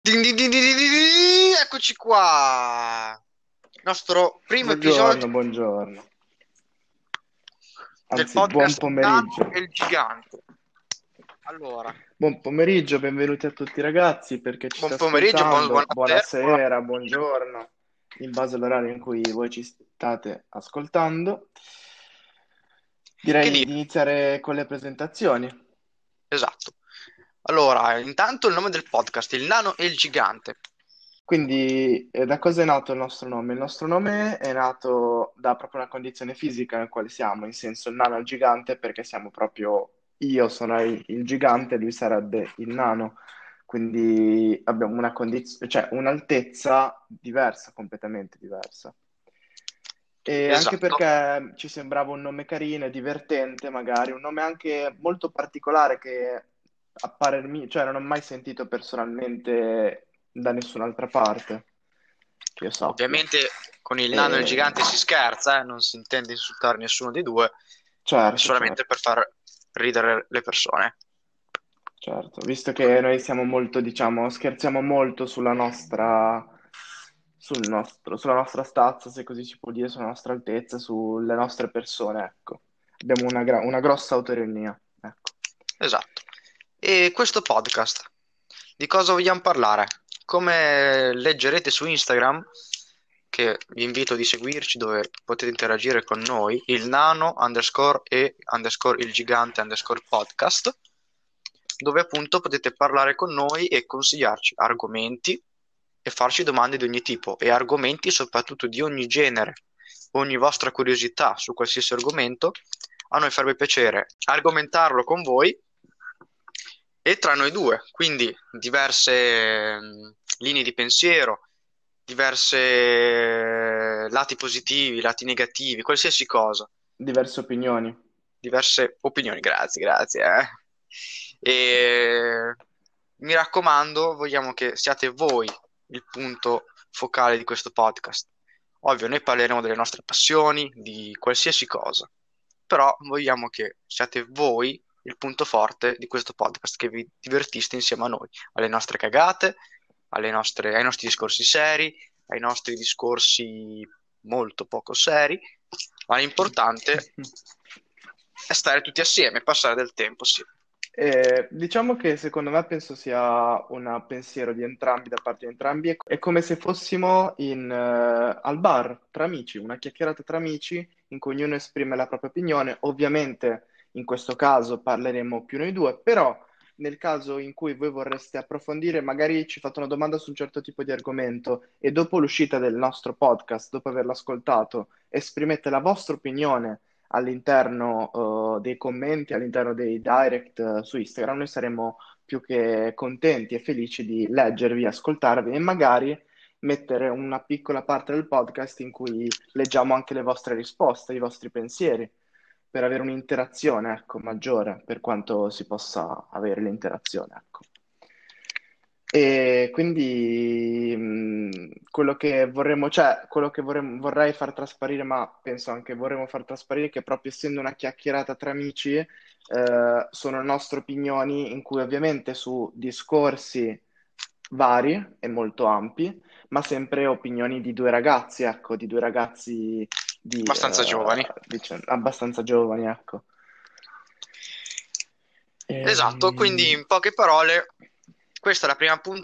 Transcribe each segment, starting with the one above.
Eccoci qua! Il nostro primo Buongiorno, episodio buongiorno. del Anzi, buon podcast Il Nano pomeriggio. e il Gigante. Allora, Buon pomeriggio, benvenuti a tutti ragazzi perché ci buon sta pomeriggio, ascoltando. buonasera. Buonasera, buongiorno, in base all'orario in cui voi ci state ascoltando. Che Direi dire? di iniziare con le presentazioni. Esatto. Allora, intanto il nome del podcast, Il Nano e il Gigante. Quindi, da cosa è nato il nostro nome? Il nostro nome è nato da proprio una condizione fisica nel quale siamo, in senso il nano e il gigante, perché siamo proprio, io sono il gigante, lui sarebbe il nano. Quindi abbiamo una condizione, cioè un'altezza diversa, completamente diversa. E anche Esatto. perché ci sembrava un nome carino e divertente, magari, un nome anche molto particolare che a parer cioè non ho mai sentito personalmente da nessun'altra parte, che io sappia. Ovviamente con il Nano e il E... Gigante si scherza, non si intende insultare nessuno dei due, è Certo, solamente certo, per far ridere le persone. certo. Visto che noi siamo molto, diciamo, scherziamo molto sulla nostra stazza, se così si può dire, sulla nostra altezza, sulle nostre persone, ecco. Abbiamo una grossa autoironia, ecco. Esatto. E questo podcast, di cosa vogliamo parlare? Come leggerete su Instagram, che vi invito di seguirci, dove potete interagire con noi, il nano underscore e underscore il gigante underscore podcast, dove appunto potete parlare con noi e consigliarci argomenti e farci domande di ogni tipo e argomenti soprattutto di ogni genere, ogni vostra curiosità su qualsiasi argomento. A noi farebbe piacere argomentarlo con voi e tra noi due, quindi diverse linee di pensiero, diverse lati positivi, lati negativi, qualsiasi cosa, Diverse opinioni. diverse opinioni. Grazie, grazie. E mi raccomando, vogliamo che siate voi il punto focale di questo podcast. Ovvio, noi parleremo delle nostre passioni, di qualsiasi cosa, però vogliamo che siate voi il punto forte di questo podcast, che vi divertiste insieme a noi, alle nostre cagate, ai nostri discorsi seri, ai nostri discorsi molto poco seri, ma l'importante è stare tutti assieme, passare del tempo, sì. Diciamo che secondo me penso sia un pensiero di entrambi, da parte di entrambi, è come se fossimo al bar, tra amici, una chiacchierata tra amici in cui ognuno esprime la propria opinione. Ovviamente in questo caso parleremo più noi due, però nel caso in cui voi vorreste approfondire, magari ci fate una domanda su un certo tipo di argomento e dopo l'uscita del nostro dopo averlo ascoltato, esprimete la vostra opinione all'interno dei commenti, all'interno dei direct su Instagram, noi saremo più che contenti e felici di leggervi, ascoltarvi e magari mettere una piccola parte del podcast in cui leggiamo anche le vostre risposte, i vostri pensieri, per avere un'interazione, ecco, maggiore, per quanto si possa avere l'interazione, ecco. E quindi quello che vorrei far trasparire, ma penso anche vorremmo far trasparire, che proprio essendo una chiacchierata tra amici, sono nostre opinioni in cui ovviamente su discorsi vari e molto ampi, ma sempre opinioni di due ragazzi, ecco, di due ragazzi Abbastanza giovani. abbastanza giovani, ecco. Esatto, quindi Ehm, in poche parole, questa è la prima puntata.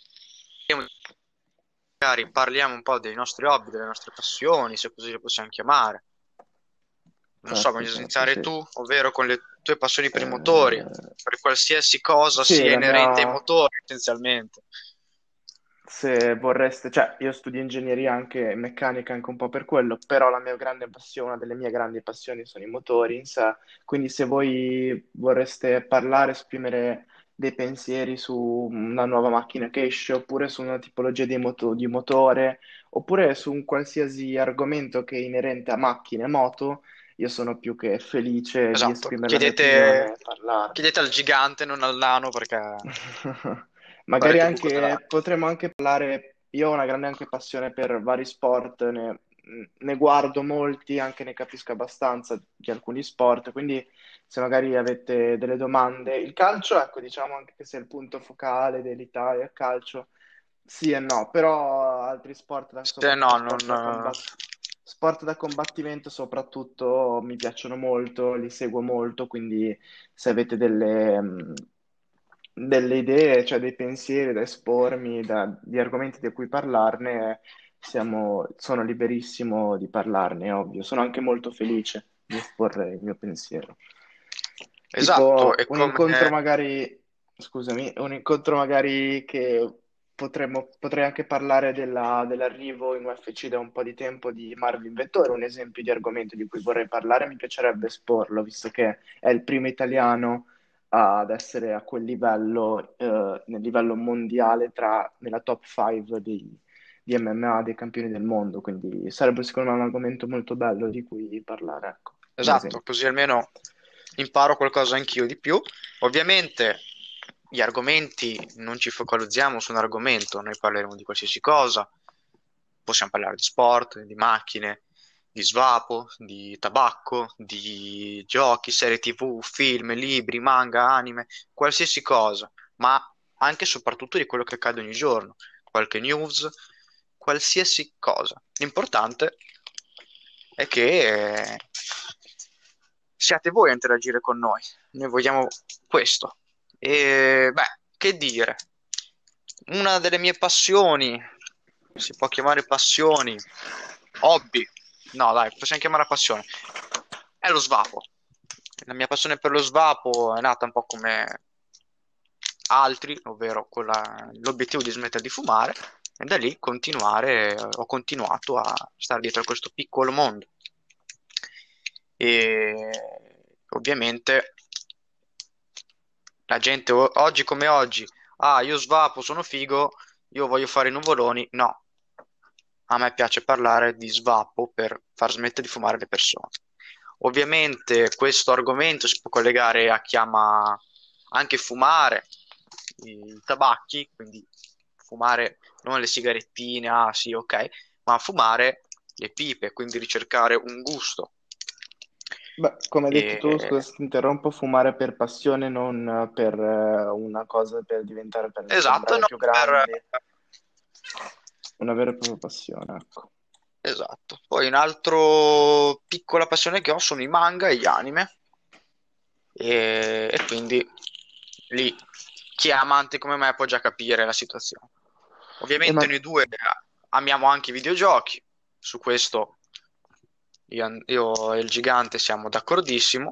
Magari parliamo un po' dei nostri hobby, delle nostre passioni, se così le possiamo chiamare. Non so, certo, voglio certo, iniziare sì. tu, ovvero con le tue passioni per i motori, Eh, per qualsiasi cosa sì, sia la inerente ai mia, motori, essenzialmente. se vorreste, cioè io studio ingegneria anche meccanica anche un po' per quello, però la mia grande passione, una delle mie grandi passioni sono i motori in sé, quindi se voi vorreste parlare, esprimere dei pensieri su una nuova macchina che esce, oppure su una tipologia di motore, oppure su un qualsiasi argomento che è inerente a macchine e moto, io sono più che felice di Esatto, esprimere la mia opinione chiedete, e parlarne. chiedete al gigante, non al nano, perché Magari farete buco nera. anche potremmo anche parlare. Io ho una grande anche passione per vari sport, ne guardo molti, anche ne capisco abbastanza di alcuni sport, quindi se magari avete delle domande. Il calcio, ecco, diciamo anche che sia il punto focale dell'Italia, il calcio. Sì e no, però altri sport, Se no, soprattutto non... sport da combattimento, soprattutto mi piacciono molto, li seguo molto, quindi se avete delle idee, cioè dei pensieri da espormi, di argomenti di cui parlarne, sono liberissimo di parlarne, è ovvio. Sono anche molto felice di esporre il mio pensiero. Esatto, Tipo è un come... incontro magari, scusami, un incontro magari che potrei anche parlare dell'arrivo in UFC da un po' di tempo di Marvin Vettori, un esempio di argomento di cui vorrei parlare, mi piacerebbe esporlo, visto che è il primo italiano ad essere a quel livello, nel livello mondiale, nella top 5 di MMA dei campioni del mondo, quindi sarebbe secondo me un argomento molto bello di cui parlare, ecco, un Esatto, esempio. così almeno imparo qualcosa anch'io di più. Ovviamente gli argomenti non ci focalizziamo su un argomento, noi parleremo di qualsiasi cosa. Possiamo parlare di sport, di macchine, di svapo, di tabacco, di giochi, serie TV, film, libri, manga, anime, qualsiasi cosa, ma anche e soprattutto di quello che accade ogni giorno, qualche news, qualsiasi cosa. L'importante è che siate voi a interagire con noi. Noi vogliamo questo. E beh, che dire? Una delle mie passioni, si può chiamare passioni, hobby, no dai, possiamo chiamarla passione, è lo svapo. La mia passione per lo svapo è nata un po' come altri, ovvero con l'obiettivo di smettere di fumare, e da lì ho continuato a stare dietro a questo piccolo mondo. E ovviamente la gente oggi come oggi, ah, io svapo, sono figo, io voglio fare i nuvoloni. No, a me piace parlare di svapo per far smettere di fumare le persone. Ovviamente questo argomento si può collegare a chi ama anche fumare i tabacchi, quindi fumare non le sigarettine, ah sì, ok, ma fumare le pipe, quindi ricercare un gusto. Beh, come hai detto E, tu, scusa se ti interrompo, fumare per passione, non per una cosa per diventare, per esatto, sembrare no, più grandi, una vera e propria passione, ecco. esatto. Poi un'altra piccola passione che ho sono i manga e gli anime. E quindi lì chi è amante come me può già capire la situazione. E ma Ovviamente noi due amiamo anche i videogiochi, su questo io e il gigante siamo d'accordissimo,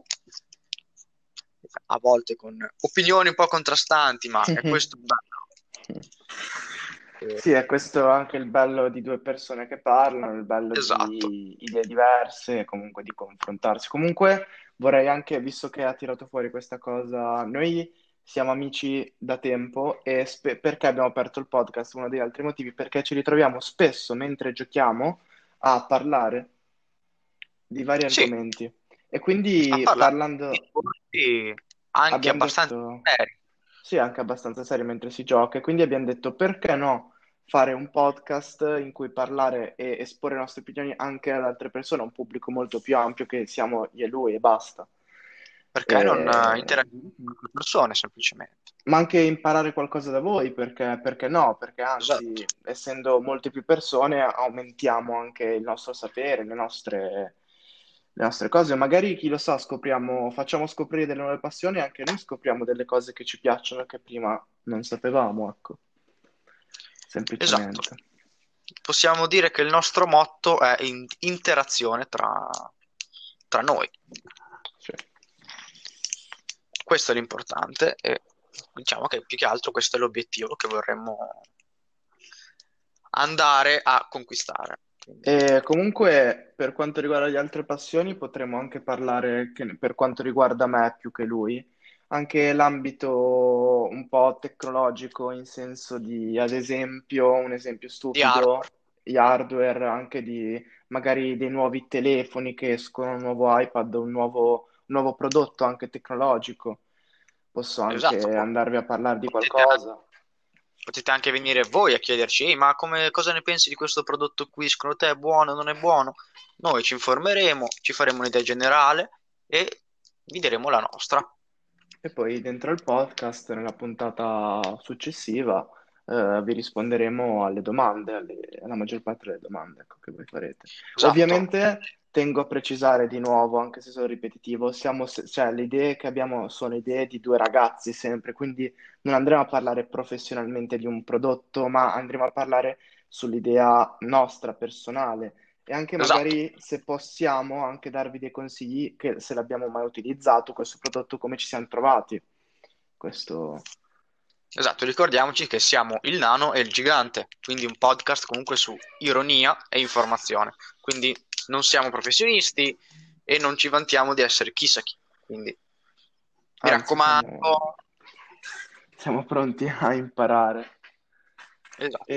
a volte con opinioni un po' contrastanti, ma è questo il bello. Sì, è questo anche il bello di due persone che parlano, il bello Esatto. di idee diverse e comunque di confrontarsi. Comunque vorrei anche, visto che ha tirato fuori questa cosa, noi siamo amici da tempo e perché abbiamo aperto il podcast? Uno degli altri motivi, perché ci ritroviamo spesso mentre giochiamo a parlare di vari Sì, argomenti. E a quindi parlare di parlando, discorsi anche abbiamo abbastanza detto, seri. sì, anche abbastanza serio mentre si gioca, e quindi abbiamo detto perché no fare un podcast in cui parlare e esporre le nostre opinioni anche ad altre persone, a un pubblico molto più ampio che siamo io e lui e basta. Perché non Eh, interagire con altre persone semplicemente. ma anche imparare qualcosa da voi, perché no? Perché Esatto, anzi, essendo molte più persone, aumentiamo anche il nostro sapere, le nostre cose. Magari, chi lo sa, facciamo scoprire delle nuove passioni e anche noi scopriamo delle cose che ci piacciono che prima non sapevamo, ecco, esatto. semplicemente. Possiamo dire che il nostro motto è interazione tra noi. Sì. Questo è l'importante e diciamo che più che altro questo è l'obiettivo che vorremmo andare a conquistare. Quindi, E comunque, per quanto riguarda le altre passioni, potremmo anche parlare, per quanto riguarda me più che lui, anche l'ambito un po' tecnologico, in senso di, ad esempio, un esempio di hardware. stupido, gli hardware, anche di magari dei nuovi telefoni che escono, un nuovo iPad, un nuovo prodotto anche tecnologico. Posso anche Esatto, andarvi a parlare di potete, qualcosa. potete anche venire voi a chiederci, "Ehi, ma cosa ne pensi di questo prodotto qui? Secondo te è buono, non è buono?" Noi ci informeremo, ci faremo un'idea generale e vi diremo la nostra. E poi dentro il podcast, nella puntata successiva, vi risponderemo alle domande, alla maggior parte delle domande, ecco, che voi farete. Esatto, Ovviamente tengo a precisare di nuovo, anche se sono ripetitivo, cioè, le idee che abbiamo sono idee di due ragazzi sempre, quindi non andremo a parlare professionalmente di un prodotto, ma andremo a parlare sull'idea nostra, personale, e anche esatto. magari se possiamo anche darvi dei consigli che se l'abbiamo mai utilizzato questo prodotto, come ci siamo trovati. Questo... Esatto, ricordiamoci che siamo il nano e il gigante, quindi un podcast comunque su ironia e informazione. Quindi non siamo professionisti e non ci vantiamo di essere chissà chi. Quindi mi Anzi, raccomando, siamo pronti a imparare. esatto.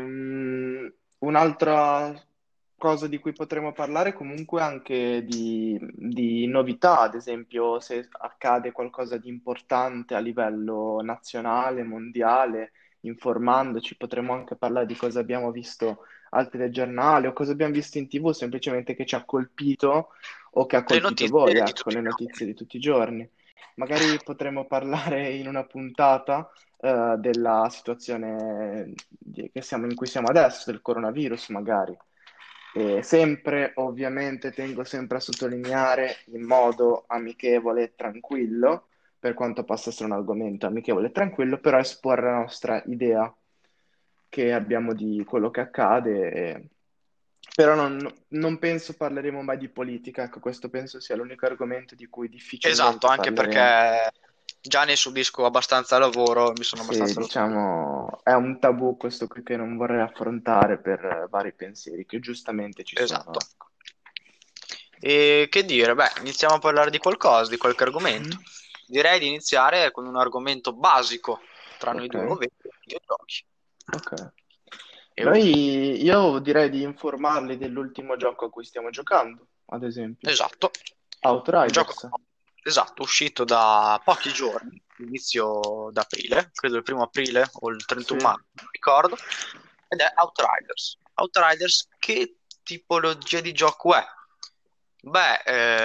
Un'altra cosa di cui potremmo parlare comunque anche di novità, ad esempio se accade qualcosa di importante a livello nazionale, mondiale, informandoci, potremmo anche parlare di cosa abbiamo visto al telegiornale o cosa abbiamo visto in TV, semplicemente che ci ha colpito o che ha Le colpito voi, notizie di ecco, tutti le i notizie giorni. di tutti i giorni. Magari potremmo parlare in una puntata della situazione in cui siamo adesso, del coronavirus magari. E sempre, ovviamente, tengo sempre a sottolineare in modo amichevole e tranquillo, per quanto possa essere un argomento amichevole e tranquillo, però esporre la nostra idea che abbiamo di quello che accade. Però non penso parleremo mai di politica, ecco, questo penso sia l'unico argomento di cui Esatto, difficilmente anche parleremo. perché già ne subisco abbastanza lavoro, mi sono Sì, abbastanza rotto. diciamo, è un tabù questo qui che non vorrei affrontare per vari pensieri che giustamente ci sono, Esatto. ecco. E che dire? Beh, iniziamo a parlare di qualcosa, di qualche argomento. Mhm. Direi di iniziare con un argomento basico tra noi Ok, due, ovvero i videogiochi. ok. E oh, Io direi di informarli dell'ultimo gioco a cui stiamo giocando, ad esempio, esatto, un gioco Outriders. esatto, uscito da pochi giorni, inizio d'aprile, credo il 1° aprile o il Sì, 31 maggio, non ricordo, ed è Outriders. Outriders, che tipologia di gioco è? Beh,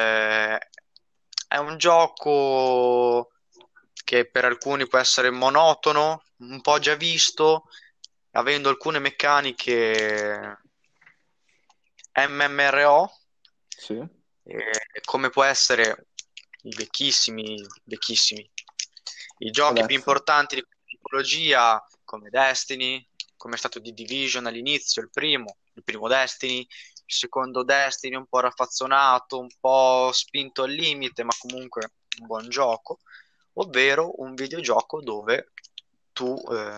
è un gioco che per alcuni può essere monotono, un po' già visto, avendo alcune meccaniche MMRO, sì, come può essere i vecchissimi, i giochi più adesso. importanti di questa tipologia, come Destiny, come è stato di Division all'inizio, il primo Destiny, il secondo Destiny un po' raffazzonato, un po' spinto al limite, ma comunque un buon gioco, ovvero un videogioco dove tu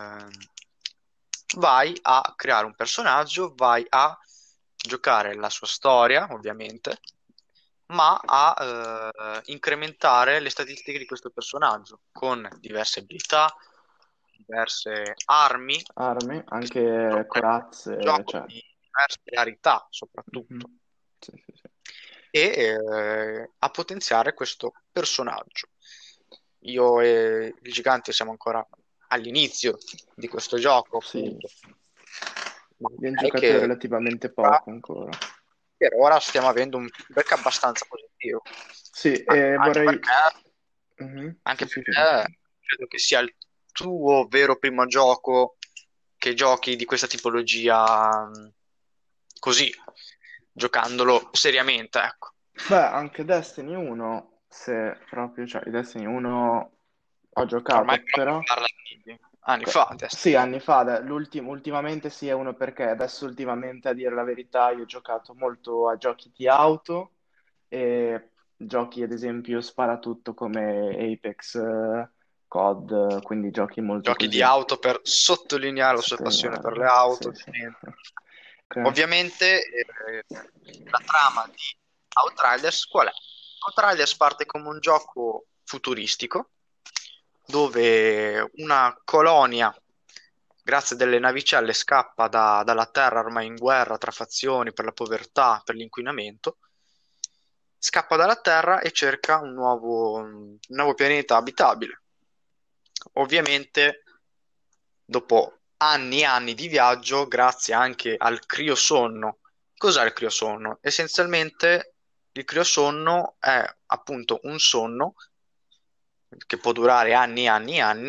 vai a creare un personaggio, vai a giocare la sua storia, ovviamente, ma a incrementare le statistiche di questo personaggio con diverse abilità, diverse armi, Armi, che soprattutto anche è un corazze, gioco cioè. di diverse rarità, Mhm. soprattutto, Sì, sì, sì. e a potenziare questo personaggio. Io e il gigante siamo ancora all'inizio di questo gioco, Sì, appunto, ma abbiamo direi giocato che relativamente poco ancora. per ora stiamo avendo un feedback abbastanza positivo. Sì, Anche perché, Mhm. anche Sì, sì, finisci. perché credo che sia il tuo vero primo gioco che giochi di questa tipologia, così, giocandolo seriamente, ecco. Beh, anche Destiny 1, se proprio, cioè, Destiny 1 ho Ormai giocato, però si però parla di anni fa adesso. sì, anni fa, ultimamente sì è uno perché adesso ultimamente a dire la verità io ho giocato molto a giochi di auto e giochi ad esempio sparatutto come Apex, COD, quindi giochi molto Giochi di così. auto per sottolineare la sua passione per le Sì, auto, sì. ovviamente. Ok. Ovviamente, la trama di Outriders qual è? Outriders parte come un gioco futuristico dove una colonia, grazie a delle navicelle, scappa dalla Terra ormai in guerra tra fazioni per la povertà, per l'inquinamento, scappa dalla Terra e cerca un nuovo pianeta abitabile. Ovviamente, dopo anni e anni di viaggio, grazie anche al criosonno. Cos'è il criosonno? Essenzialmente il criosonno è appunto un sonno che può durare anni e anni e anni,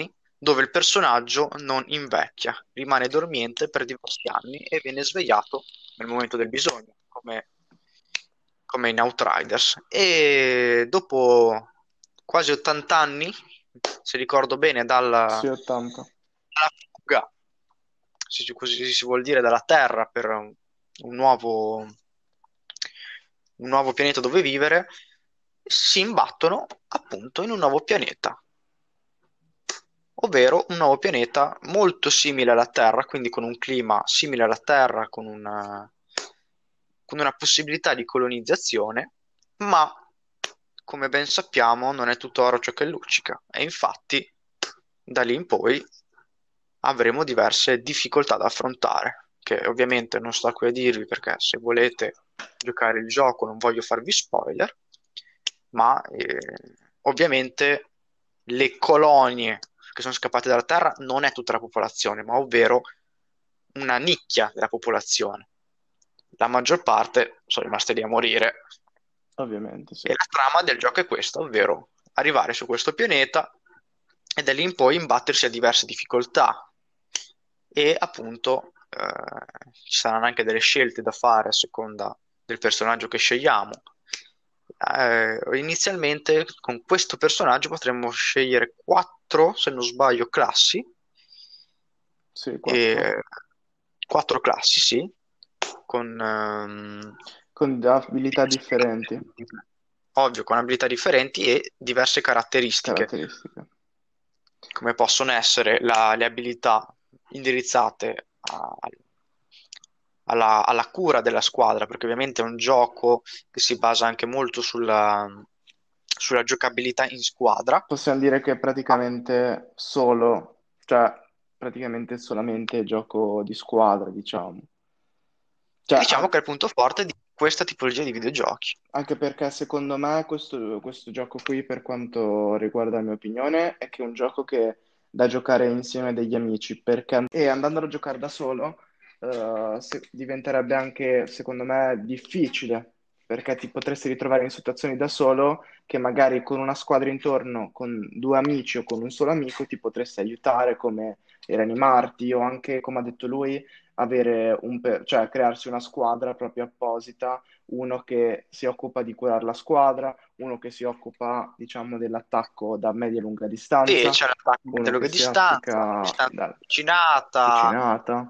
dove il personaggio non invecchia, rimane dormiente per diversi anni e viene svegliato nel momento del bisogno, come in Outriders. E dopo quasi 80 anni, se ricordo bene, Sì, 80. dalla fuga, se così si vuol dire, dalla Terra per un nuovo pianeta dove vivere, si imbattono appunto in un nuovo pianeta, ovvero un nuovo pianeta molto simile alla Terra, quindi con un clima simile alla Terra, con una possibilità di colonizzazione, ma come ben sappiamo non è tutto oro ciò che luccica e infatti da lì in poi avremo diverse difficoltà da affrontare, che ovviamente non sto qui a dirvi perché se volete giocare il gioco non voglio farvi spoiler, ma ovviamente le colonie che sono scappate dalla Terra non è tutta la popolazione, ma ovvero una nicchia della popolazione. La maggior parte sono rimaste lì a morire Ovviamente, sì. e la trama del gioco è questa, ovvero arrivare su questo pianeta e da lì in poi imbattersi a diverse difficoltà e appunto ci saranno anche delle scelte da fare a seconda del personaggio che scegliamo. Inizialmente con questo personaggio potremmo scegliere quattro, se non sbaglio, classi, Sì, 4. e, quattro classi, sì, con Con abilità differenti, ovvio, con abilità differenti e diverse caratteristiche, caratteristiche. come possono essere le abilità indirizzate alla cura della squadra, perché ovviamente è un gioco che si basa anche molto sulla giocabilità in squadra. Possiamo dire che è praticamente solo, cioè praticamente solamente gioco di squadra, diciamo. E Cioè, diciamo che è il punto forte di questa tipologia di videogiochi. anche perché secondo me questo gioco qui, per quanto riguarda la mia opinione, è che è un gioco che da giocare insieme a degli amici, perché e andandolo a giocare da solo diventerebbe anche, secondo me, difficile, perché ti potresti ritrovare in situazioni da solo che magari con una squadra intorno, con due amici o con un solo amico, ti potresti aiutare come rianimarti o anche, come ha detto lui, avere cioè crearsi una squadra proprio apposita, uno che si occupa di curare la squadra, uno che si occupa, diciamo, dell'attacco da media e lunga Sì, distanza, c'è l'attacco a uno che lunga si distanza, occupa distanza da avvicinata, cucinata.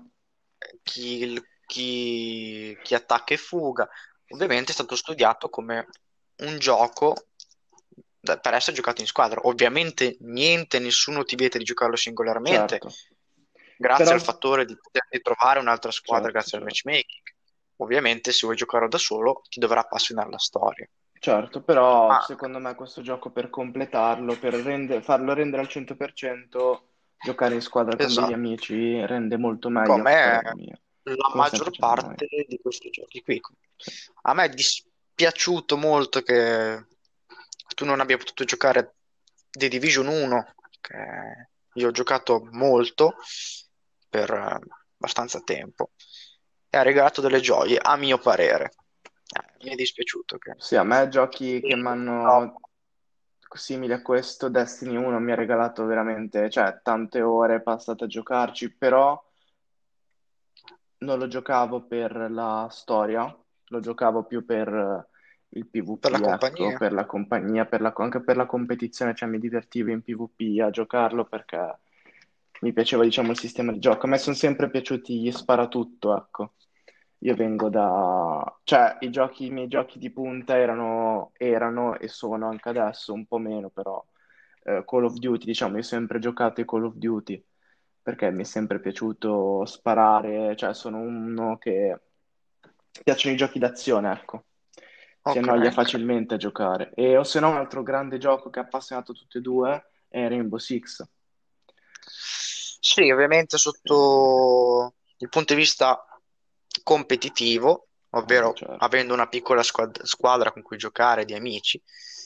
chi attacca e fuga. Ovviamente è stato studiato come un gioco per essere giocato in squadra. Ovviamente niente, nessuno ti vieta di giocarlo singolarmente, Certo, grazie però al fattore di poter trovare un'altra squadra certo, grazie al certo. matchmaking. Ovviamente se vuoi giocarlo da solo ti dovrà appassionare la storia. Certo, però Ma secondo me questo gioco per completarlo, per farlo rendere al 100%, giocare in squadra con degli esatto, amici rende molto meglio, come parere mio, la come sempre maggior diciamo noi. parte di questi giochi qui. Sì. A me è dispiaciuto molto che tu non abbia potuto giocare The Division 1, che io ho giocato molto per abbastanza tempo e ha regalato delle gioie, a mio parere. Mi è dispiaciuto che... Sì, a me giochi che mi hanno simili a questo, Destiny 1 mi ha regalato veramente, cioè, tante ore passate a giocarci, però non lo giocavo per la storia, lo giocavo più per il Per la PvP, ecco, compagnia. per la compagnia, anche per la competizione, cioè mi divertivo in PvP a giocarlo perché mi piaceva, diciamo, il sistema di gioco. A me sono sempre piaciuti gli sparatutto, ecco. Io vengo da... cioè, i miei giochi di punta erano e sono anche adesso, un po' meno, però Call of Duty, diciamo, io ho sempre giocato ai Call of Duty perché mi è sempre piaciuto sparare, cioè sono uno che piacciono i giochi d'azione, ecco. Si Ok, annoia ok. facilmente a giocare. E o se no un altro grande gioco che ha appassionato tutti e due è Rainbow Six. Sì, ovviamente sotto il punto di vista competitivo, ovvero Certo. avendo una piccola squadra con cui giocare di amici.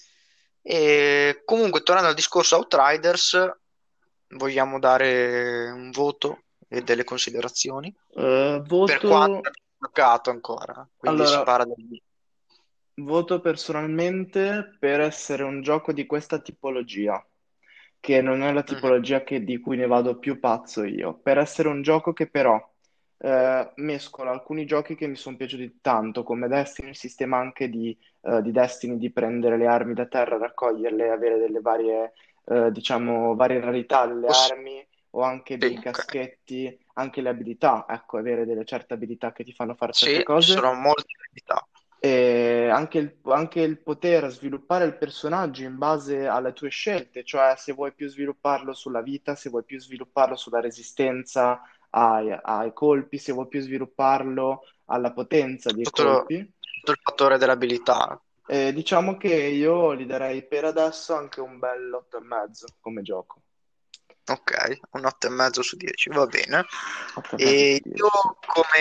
E comunque, tornando al discorso Outriders, vogliamo dare un voto e delle considerazioni? Per Voto, quanto non ho giocato ancora, quindi si allora, parla del... voto personalmente per essere un gioco di questa tipologia. che non è la Mhm. tipologia di cui ne vado più pazzo io, per essere un gioco che però mescola alcuni giochi che mi sono piaciuti tanto, come Destiny, il sistema anche di Destiny di prendere le armi da terra, raccoglierle, avere delle varie, diciamo, varie rarità delle Poss- armi o anche sì, dei ok. caschetti, anche le abilità, ecco, avere delle certe abilità che ti fanno fare Sì, certe ci cose sono molte abilità. e anche il poter sviluppare il personaggio in base alle tue scelte, cioè se vuoi più svilupparlo sulla vita, se vuoi più svilupparlo sulla resistenza ai colpi, se vuoi più svilupparlo alla potenza dei colpi. Tutto il fattore dell'abilità. Diciamo che io gli darei per adesso anche un bel 8,5 come gioco. Ok, un 8,5 su 10, va bene. 8,5 su E io 10, sì.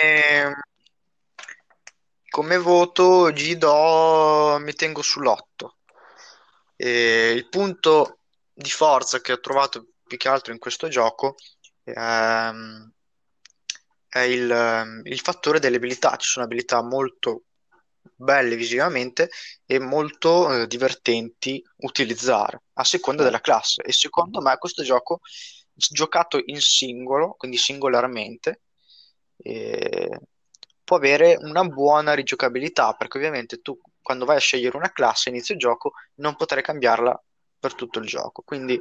come voto mi tengo sull'8. E il punto di forza che ho trovato più che altro in questo gioco ehm, è il fattore delle abilità. Ci sono abilità molto belle visivamente e molto divertenti utilizzare a seconda della Certo, classe. E secondo me questo gioco, giocato in singolo, quindi singolarmente, eh, può avere una buona rigiocabilità, perché ovviamente tu quando vai a scegliere una classe inizio gioco non potrai cambiarla per tutto il gioco. Quindi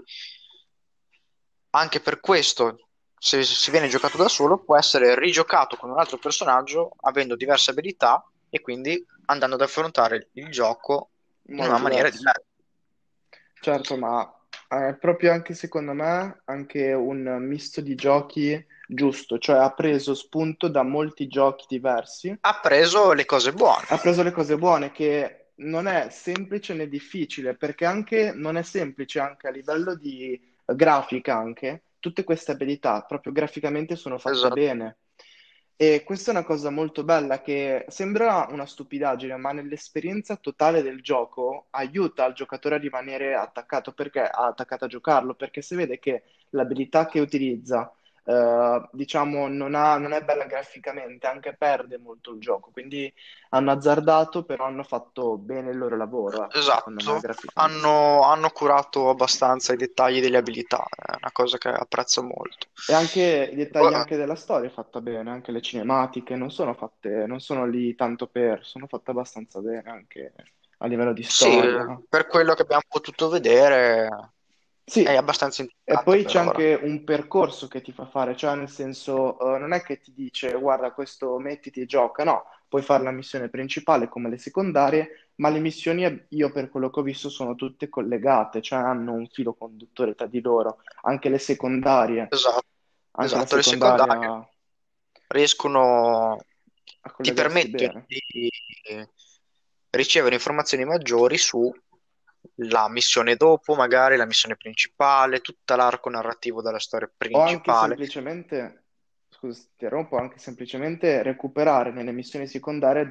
anche per questo, se si viene giocato da solo, può essere rigiocato con un altro personaggio avendo diverse abilità e quindi andando ad affrontare il gioco in in modo una maniera diverso. diversa. Certo, ma è proprio anche secondo me anche un misto di giochi giusto, cioè ha preso spunto da molti giochi diversi, Ha preso le cose buone. ha preso le cose buone che non è semplice né difficile, perché anche non è semplice anche a livello di grafica anche, tutte queste abilità proprio graficamente sono fatte Esatto. bene. E questa è una cosa molto bella che sembra una stupidaggine, ma nell'esperienza totale del gioco aiuta il giocatore a rimanere attaccato, attaccato a giocarlo, perché se vede che l'abilità che utilizza, diciamo, non è bella graficamente, anche perde molto il gioco. Quindi hanno azzardato, però hanno fatto bene il loro lavoro, ecco, secondo me, Esatto, graficamente. hanno curato abbastanza i dettagli delle abilità, è una cosa che apprezzo molto. E anche i dettagli Poi- anche della storia è fatta bene, anche le cinematiche non sono fatte, non sono lì tanto per, sono fatte abbastanza bene anche a livello di sì, storia. per quello che abbiamo potuto vedere è Sì, abbastanza e interessante poi per c'è ora. anche un percorso che ti fa fare, cioè nel senso, non è che ti dice guarda questo mettiti e gioca, no, puoi fare la missione principale come le secondarie, ma le missioni io per quello che ho visto sono tutte collegate, cioè hanno un filo conduttore tra di loro, anche le secondarie, Esatto, anche la esatto, le secondarie secondaria riescono, a ti collegarsi permettono bene. di ricevere informazioni maggiori sulla missione dopo, magari la missione principale, tutto l'arco narrativo della storia O anche principale. semplicemente, scusa, ti interrompo, anche semplicemente recuperare nelle missioni secondarie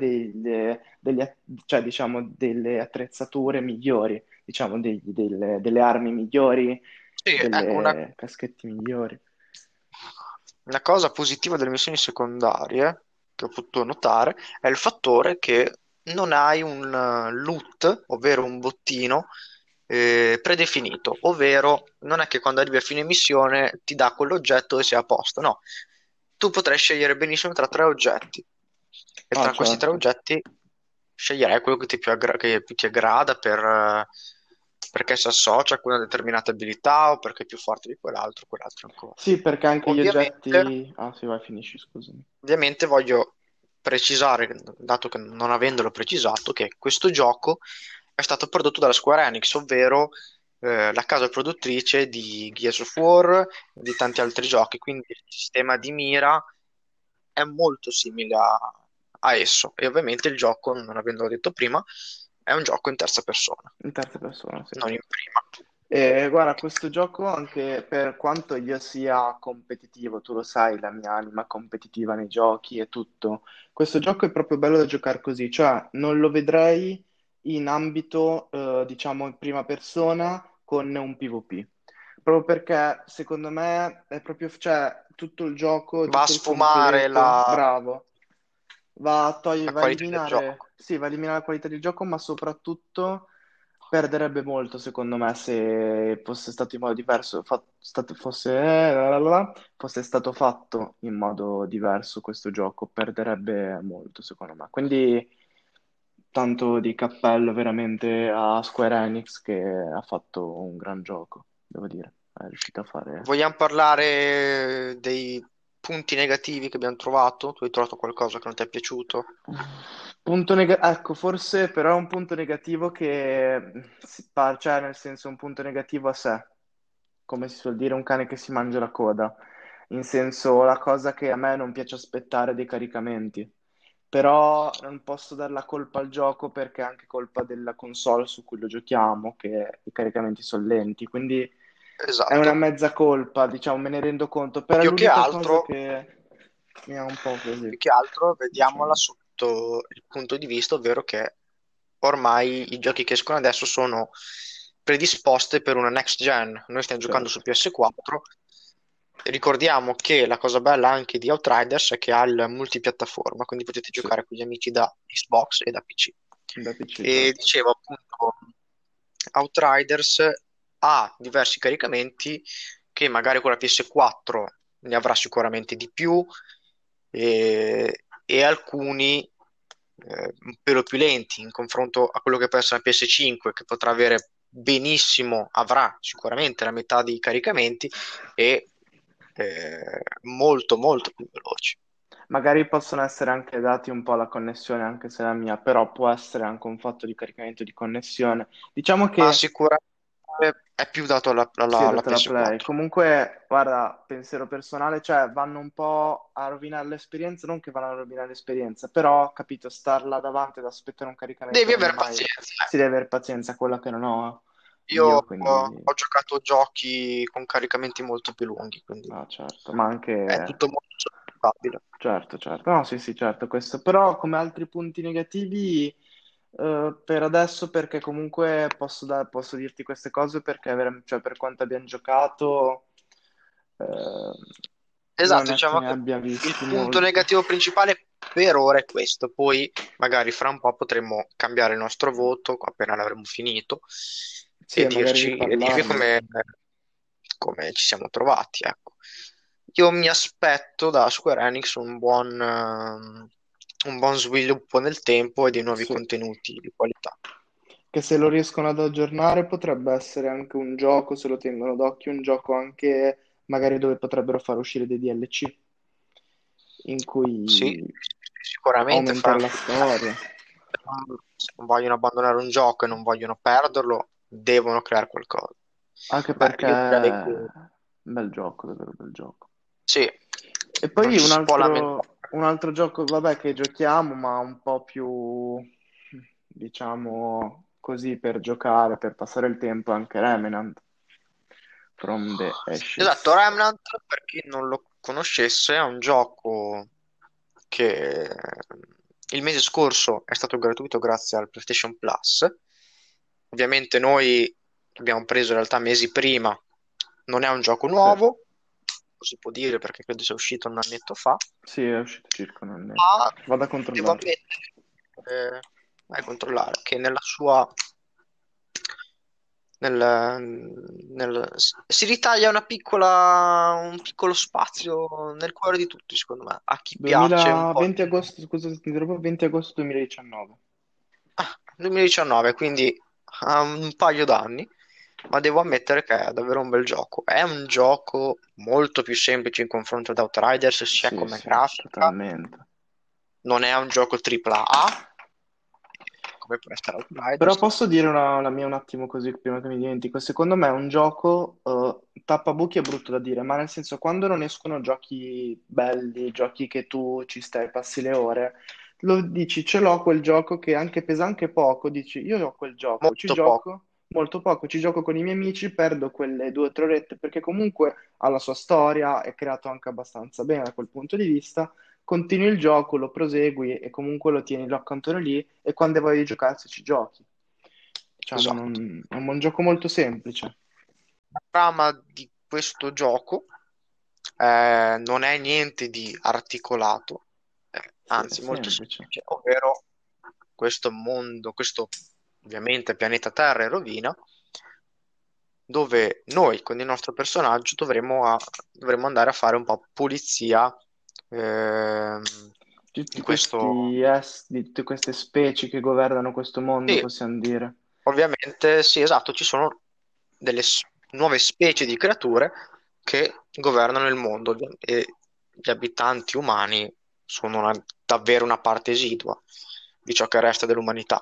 cioè, diciamo, delle attrezzature migliori, diciamo, delle armi migliori, Sì, ecco, delle caschetti migliori. una cosa positiva delle missioni secondarie che ho potuto notare è il fattore che non hai un loot, ovvero un bottino predefinito, ovvero non è che quando arrivi a fine missione ti dà quell'oggetto e sei a posto, no. Tu potrai scegliere benissimo tra tre oggetti e Ah, tra questi tre certo. oggetti sceglierai quello che più ti aggrada perché si associa con una determinata abilità o perché è più forte di quell'altro ancora. Sì, perché anche gli Ovviamente, oggetti... Ah, sì, vai, finisci, scusami. ovviamente voglio precisare, dato che non avendolo precisato, che questo gioco è stato prodotto dalla Square Enix, ovvero la casa produttrice di Gears of War e di tanti altri giochi, quindi il sistema di mira è molto simile a esso e ovviamente il gioco, non avendolo detto prima, è un gioco in terza persona, In terza persona, sì. non in prima. E guarda, questo gioco anche per quanto io sia competitivo, tu lo sai, la mia anima competitiva nei giochi e tutto, questo gioco è proprio bello da giocare così, cioè non lo vedrei in ambito, diciamo, in prima persona con un PvP, proprio perché secondo me è proprio, cioè, tutto il gioco, Va a tutto il sfumare completo, bravo, va a togliere, la qualità del va gioco. a eliminare la qualità del gioco, ma soprattutto perderebbe molto secondo me se fosse stato in modo diverso, fosse stato fatto in modo diverso questo gioco, perderebbe molto secondo me. Quindi tanto di cappello veramente a Square Enix che ha fatto un gran gioco, devo dire, è riuscito a fare. Vogliamo parlare dei punti negativi che abbiamo trovato? Tu hai trovato qualcosa che non ti è piaciuto? Ecco, forse però è un punto negativo che cioè nel senso un punto negativo a sé, come si suol dire, un cane che si mangia la coda, in senso la cosa che a me non piace aspettare dei caricamenti, però non posso dare la colpa al gioco perché è anche colpa della console su cui lo giochiamo, che i caricamenti sono lenti, quindi è una Esatto. mezza colpa, diciamo, me ne rendo conto, però è Più che l'unica cosa altro, che mi ha un po' così, più che altro vediamola diciamo. sotto il punto di vista, ovvero che ormai i giochi che escono adesso sono predisposti per una next gen. Noi stiamo giocando su Certo, PS4. Ricordiamo che la cosa bella anche di Outriders è che ha il multipiattaforma, quindi potete sì, giocare con gli amici da Xbox e da PC. da PC, E certo. dicevo appunto, Outriders ha diversi caricamenti che magari con la PS4 ne avrà sicuramente di più e alcuni un pelo più lenti in confronto a quello che può essere la PS5 che potrà avere benissimo, avrà sicuramente la metà dei caricamenti e molto molto più veloci. Magari possono essere anche dati un po' alla connessione, anche se la mia, però può essere anche un fatto di caricamento di connessione. Diciamo Ma che sicuramente è più dato sì, è alla data la Play. PS4. Comunque, guarda, pensiero personale, cioè vanno un po' a rovinare l'esperienza, non che vanno a rovinare l'esperienza, però, capito, star là davanti ad aspettare un caricamento Devi non è avere mai. pazienza. Si deve avere pazienza, quella che non ho Io io, quindi. ho giocato giochi con caricamenti molto più lunghi, quindi No, certo, ma è anche. tutto molto sopportabile. Certo, certo, no, sì, sì, certo, questo. Però come altri punti negativi, per adesso, perché comunque posso dirti queste cose perché cioè, per quanto abbiamo giocato, eh, non Esatto, è che diciamo ne che abbia il visti punto molti. negativo principale per ora è questo, poi magari fra un po' potremo cambiare il nostro voto appena l'avremo finito Sì, e e magari dirvi riparlarne. come ci siamo trovati, ecco. Io mi aspetto da Square Enix un buon sviluppo nel tempo e dei nuovi Sì. contenuti di qualità. Che se lo riescono ad aggiornare potrebbe essere anche un gioco, se lo tengono d'occhio, un gioco anche magari dove potrebbero far uscire dei DLC in Sì, cui sicuramente aumentare la storia. se non vogliono abbandonare un gioco e non vogliono perderlo, devono creare qualcosa. Anche Beh, perché io direi che un bel gioco, davvero un bel gioco. sì, E non poi ci un si può altro, lamentare. un altro gioco, vabbè, che giochiamo, ma un po' più, diciamo, così per giocare, per passare il tempo, anche Remnant from the Esatto, Ashes. Remnant, per chi non lo conoscesse, è un gioco che il mese scorso è stato gratuito grazie al PlayStation Plus. Ovviamente noi l'abbiamo preso in realtà mesi prima, non è un gioco Sì, nuovo, lo si può dire perché credo sia uscito un annetto fa, sì, è uscito circa un annetto. ma Vado a devo controllare. ammettere, vai a controllare, che nella sua si ritaglia un piccolo spazio nel cuore di tutti, secondo me. A chi piace un po'. 20 agosto, scusa se ti interrompo, 20 agosto 2019. Ah, 2019, quindi ha un paio d'anni, ma devo ammettere che è davvero un bel gioco. È un gioco molto più semplice in confronto ad Outriders, sia Sì, come sì, grafica, totalmente. non è un gioco AAA, come può essere Però Outriders. posso dire la mia un attimo così prima che mi dimentico. Secondo me è un gioco tappabuchi è brutto da dire, ma nel senso quando non escono giochi belli, giochi che tu ci stai, passi le ore, lo dici ce l'ho quel gioco che anche pesa anche poco, dici io ho quel gioco, ci Molto poco, gioco molto poco, ci gioco con i miei amici, perdo quelle 2 o 3 orette perché comunque ha la sua storia, è creato anche abbastanza bene da quel punto di vista. Continui il gioco, lo prosegui e comunque lo tieni l'accanto lì e quando hai voglia di giocarsi ci giochi. Diciamo, esatto. è un gioco molto semplice. La trama di questo gioco non è niente di articolato, Sì, è anzi molto semplice. semplice, ovvero questo mondo, questo ovviamente pianeta Terra e rovina, dove noi con il nostro personaggio dovremo andare a fare un po' pulizia ehm, Tutti in questo... di tutte queste specie che governano questo mondo, Sì, possiamo dire. ovviamente, sì, esatto, ci sono nuove specie di creature che governano il mondo e gli abitanti umani sono davvero una parte esidua di ciò che resta dell'umanità.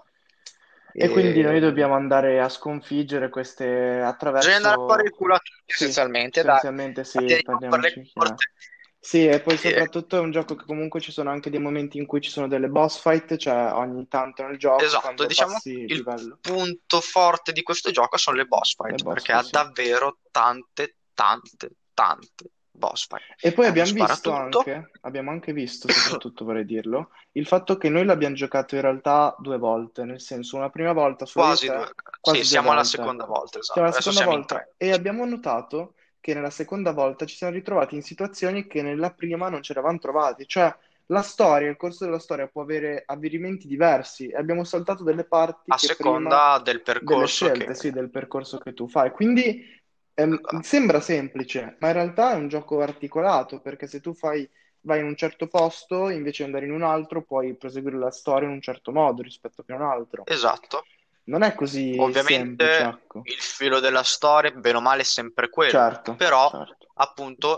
E quindi E noi dobbiamo andare a sconfiggere queste bisogna andare a fare il attraverso... culo a tutti, Sì, essenzialmente, dai. essenzialmente sì, Andiamo per le parliamoci chiaro. corte. Sì, e poi E- soprattutto è un gioco che comunque ci sono anche dei momenti in cui ci sono delle boss fight, cioè ogni tanto nel gioco, esatto, quando diciamo passi il che il livello. punto forte di questo gioco sono le boss Le fight, boss perché fight, ha sì. davvero tante, tante, tante boss fight. E poi È uno sparatutto, abbiamo anche visto, soprattutto vorrei dirlo, il fatto che noi l'abbiamo giocato in realtà due volte, nel senso una prima volta solo io e quasi due. te, Sì, quasi due siamo alla volte, seconda ecco. volta, Siamo esatto. alla Adesso seconda siamo in volta tre. e abbiamo notato che nella seconda volta ci siamo ritrovati in situazioni che nella prima non ci eravamo trovati, cioè la storia, il corso della storia può avere avvenimenti diversi e abbiamo saltato delle parti A che prima seconda del delle percorso che... scelte, sì, del percorso che tu fai. Quindi Esatto. sembra semplice, ma in realtà è un gioco articolato, perché se tu vai in un certo posto, invece di andare in un altro, puoi proseguire la storia in un certo modo rispetto che in un altro. Esatto. Non è così semplice, Ovviamente ecco. il filo della storia, bene o male, è sempre quello. Certo, Però, certo. appunto,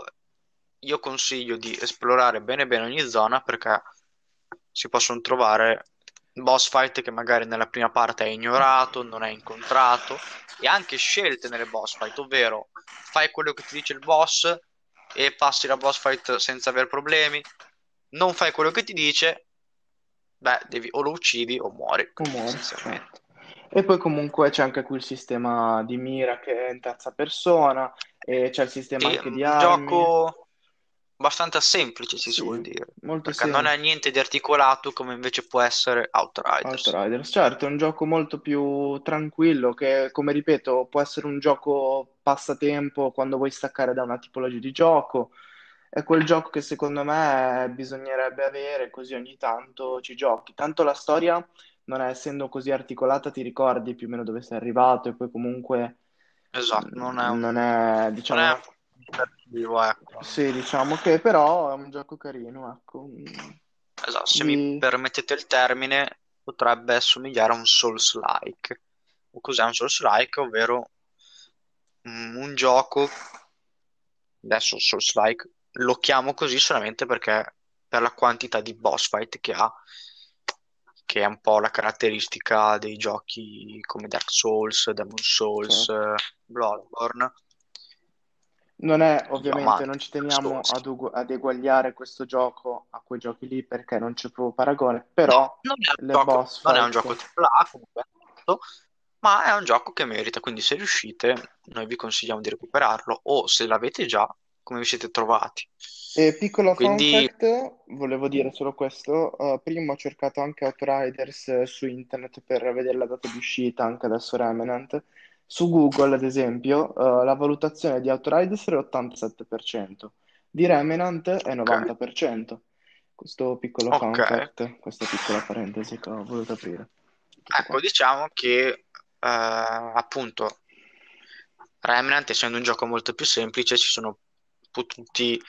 io consiglio di esplorare bene bene ogni zona perché si possono trovare boss fight che magari nella prima parte hai ignorato, non hai incontrato, e anche scelte nelle boss fight, ovvero fai quello che ti dice il boss e passi la boss fight senza aver problemi. Non fai quello che ti dice, beh, devi o lo uccidi o muori, Umore, essenzialmente. certo. E poi comunque c'è anche qui il sistema di mira che è in terza persona, e c'è il sistema Sì, anche di un armi. gioco abbastanza semplice, si Sì, suol dire, molto perché non è semplice. niente di articolato come invece può essere Outriders. Outriders, certo, è un gioco molto più tranquillo che, come ripeto, può essere un gioco passatempo quando vuoi staccare da una tipologia di gioco. È quel gioco che secondo me bisognerebbe avere, così ogni tanto ci giochi. Tanto la storia, non è, essendo così articolata, ti ricordi più o meno dove sei arrivato e poi comunque Esatto, non è, non è diciamo, impegnativo, ecco. sì, diciamo che però è un gioco carino, ecco. Esatto, se mi Di... permettete il termine, potrebbe assomigliare a un Souls-like. O cos'è un Souls-like? Ovvero un gioco, adesso Souls-like, lo chiamo così solamente perché per la quantità di boss fight che ha, che è un po' la caratteristica dei giochi come Dark Souls, Demon Souls, Certo. Bloodborne. Non è, Io ovviamente, non amante ci di Dark teniamo Souls. ad eguagliare questo gioco a quei giochi lì perché non c'è proprio paragone, No, però non è un le gioco, boss non è un gioco fight. AAA, come abbiamo detto, ma è un gioco che merita, quindi se riuscite, noi vi consigliamo di recuperarlo, o se l'avete già, come vi siete trovati. E piccola fun Quindi, fact, volevo dire solo questo, prima ho cercato anche Outriders su internet per vedere la data di uscita, anche adesso Remnant. Su Google, ad esempio, la valutazione di Outriders è l'87%, di Remnant è ok, 90%. Questo piccolo ok. fun fact, questa piccola parentesi che ho voluto aprire. Tutto Ecco, qua. diciamo che, appunto, Remnant, essendo un gioco molto più semplice, ci sono potuti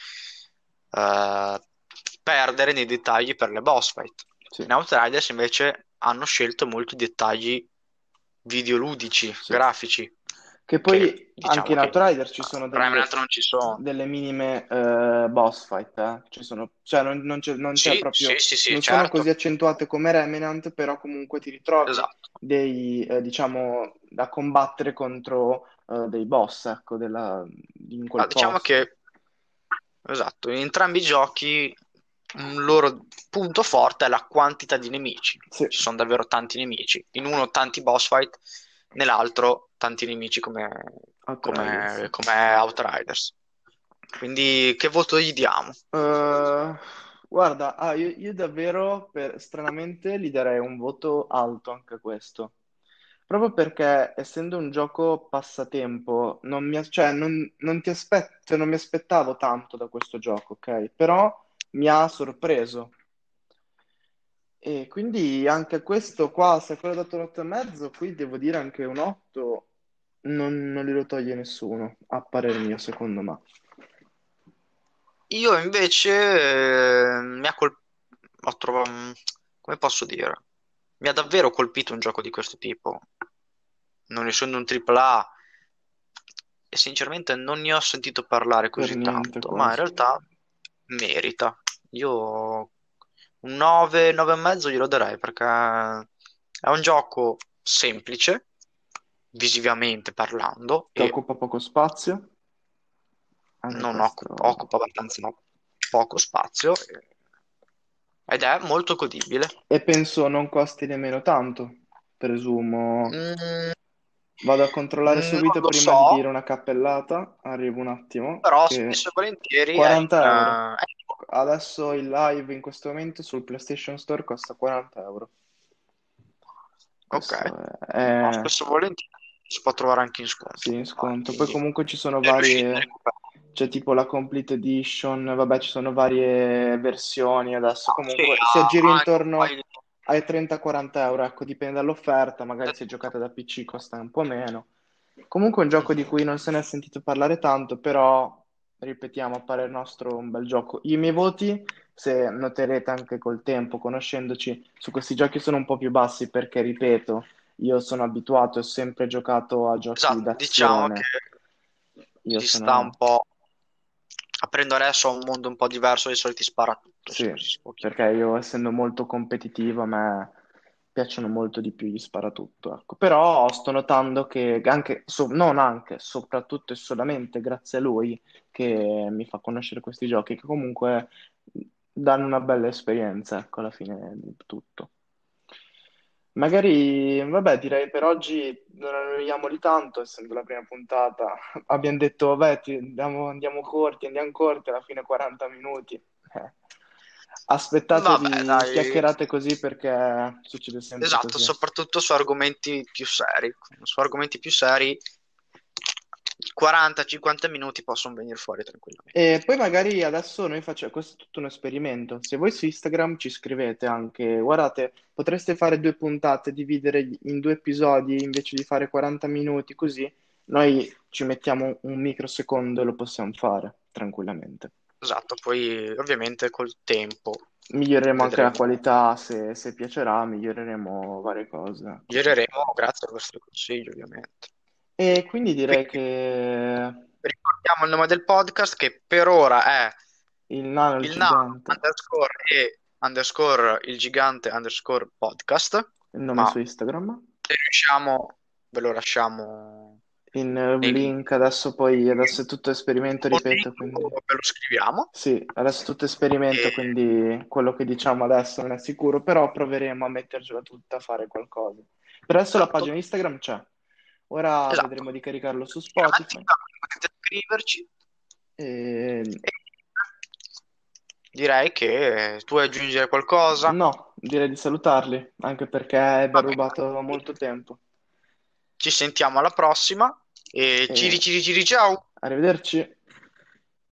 eh, perdere nei dettagli per le boss fight. Sì, In Outriders invece hanno scelto molti dettagli videoludici, sì. grafici, Che che poi anche diciamo in che Outriders ci sono Remnant non ci sono. delle minime boss fight, Ci sono, cioè non c'è Sì, sì, proprio, sì, sì, non sono così certo, accentuate come Remnant, però comunque ti ritrovi esatto. dei, diciamo, da combattere contro dei boss, ecco, in quel Ah, diciamo posto. che, esatto, in entrambi i giochi un loro punto forte è la quantità di nemici. Sì, Ci sono davvero tanti nemici. In uno tanti boss fight, nell'altro tanti nemici Outriders. come Outriders. Quindi che voto gli diamo? Guarda, io davvero, stranamente, gli darei un voto alto anche a questo. Proprio perché, essendo un gioco passatempo, cioè, non ti aspetto, non mi aspettavo tanto da questo gioco, ok? Però mi ha sorpreso. E quindi anche questo qua, se quello ha dato un 8,5, qui devo dire anche un 8 non glielo toglie nessuno, a parer mio, secondo me. Io invece ho trovato, come posso dire, mi ha davvero colpito un gioco di questo tipo, non essendo un AAA e sinceramente non ne ho sentito parlare Per così niente tanto, ma in quasi. realtà merita. Io un 9, 9 e mezzo glielo darei perché è un gioco semplice, visivamente parlando, Che e occupa poco spazio, anche non questo. occupa abbastanza poco spazio ed è molto godibile. E penso non costi nemmeno tanto, presumo. Mm, Vado a controllare non subito lo prima di dire so, una cappellata, arrivo un attimo, però che spesso e volentieri è 40 euro. in... Adesso il live in questo momento sul PlayStation Store costa 40 euro. Ok, Questo no, è, spesso e volentieri si può trovare anche in sì, sconto, in sconto. Poi quindi comunque ci sono se riuscite a varie, recuperare. c'è tipo la Complete Edition, vabbè, ci sono varie versioni adesso. Ah, sì, Comunque si aggira ha anche un intorno paio di... ai 30-40 euro, ecco, dipende dall'offerta, magari se giocate da PC costa un po' meno. Comunque è un gioco di Mhm. cui non se ne è sentito parlare tanto, però ripetiamo, a parer nostro un bel gioco. I miei voti, se noterete anche col tempo, conoscendoci, su questi giochi sono un po' più bassi perché, ripeto, io sono abituato e ho sempre giocato a giochi Esatto, diciamo che d'azione. Io si sta un sono, po' aprendo adesso a un mondo un po' diverso dai soliti sparatutto, se sì, così si può perché chiamare. io essendo molto competitivo, a me piacciono molto di più gli sparatutto, ecco. Però sto notando che anche, non anche, soprattutto e solamente grazie a lui che mi fa conoscere questi giochi, che comunque danno una bella esperienza, ecco, alla fine di tutto. Magari, vabbè, direi per oggi non annoiamoli tanto, essendo la prima puntata. Abbiamo detto, vabbè, andiamo corti, alla fine 40 minuti. Vabbè, Aspettatevi dai, chiacchierate così perché succede sempre esatto, così. soprattutto su argomenti più seri. Su argomenti più seri, 40-50 minuti possono venire fuori tranquillamente. E poi magari adesso noi facciamo, questo è tutto un esperimento. Se voi su Instagram ci scrivete anche, guardate, potreste fare 2 puntate, dividere in 2 episodi invece di fare 40 minuti, così noi ci mettiamo un microsecondo e lo possiamo fare tranquillamente. Esatto, poi ovviamente col tempo Miglioreremo anche la vedremo, qualità, se piacerà, miglioreremo varie cose, ecco. miglioreremo grazie ai vostri consigli, ovviamente. E quindi direi Quindi che ricordiamo il nome del podcast che per ora è il nano, il il nano gigante, underscore e underscore il gigante underscore podcast, il nome ma su Instagram. se riusciamo ve lo lasciamo In nei link. link, adesso è tutto esperimento, O link ripeto, quindi o ve lo scriviamo. sì, adesso è tutto esperimento, E, quindi quello che diciamo adesso non è sicuro, però proveremo a mettercela tutta, a fare qualcosa. Per adesso la esatto, pagina Instagram c'è, ora esatto. vedremo di caricarlo su Siamo Spotify attiva, potete scriverci. e E direi che tu vuoi aggiungere qualcosa. no, direi di salutarli, anche perché abbiamo Va bene. rubato molto tempo. Ci sentiamo alla prossima e E ciri ciri ciri ciao. arrivederci.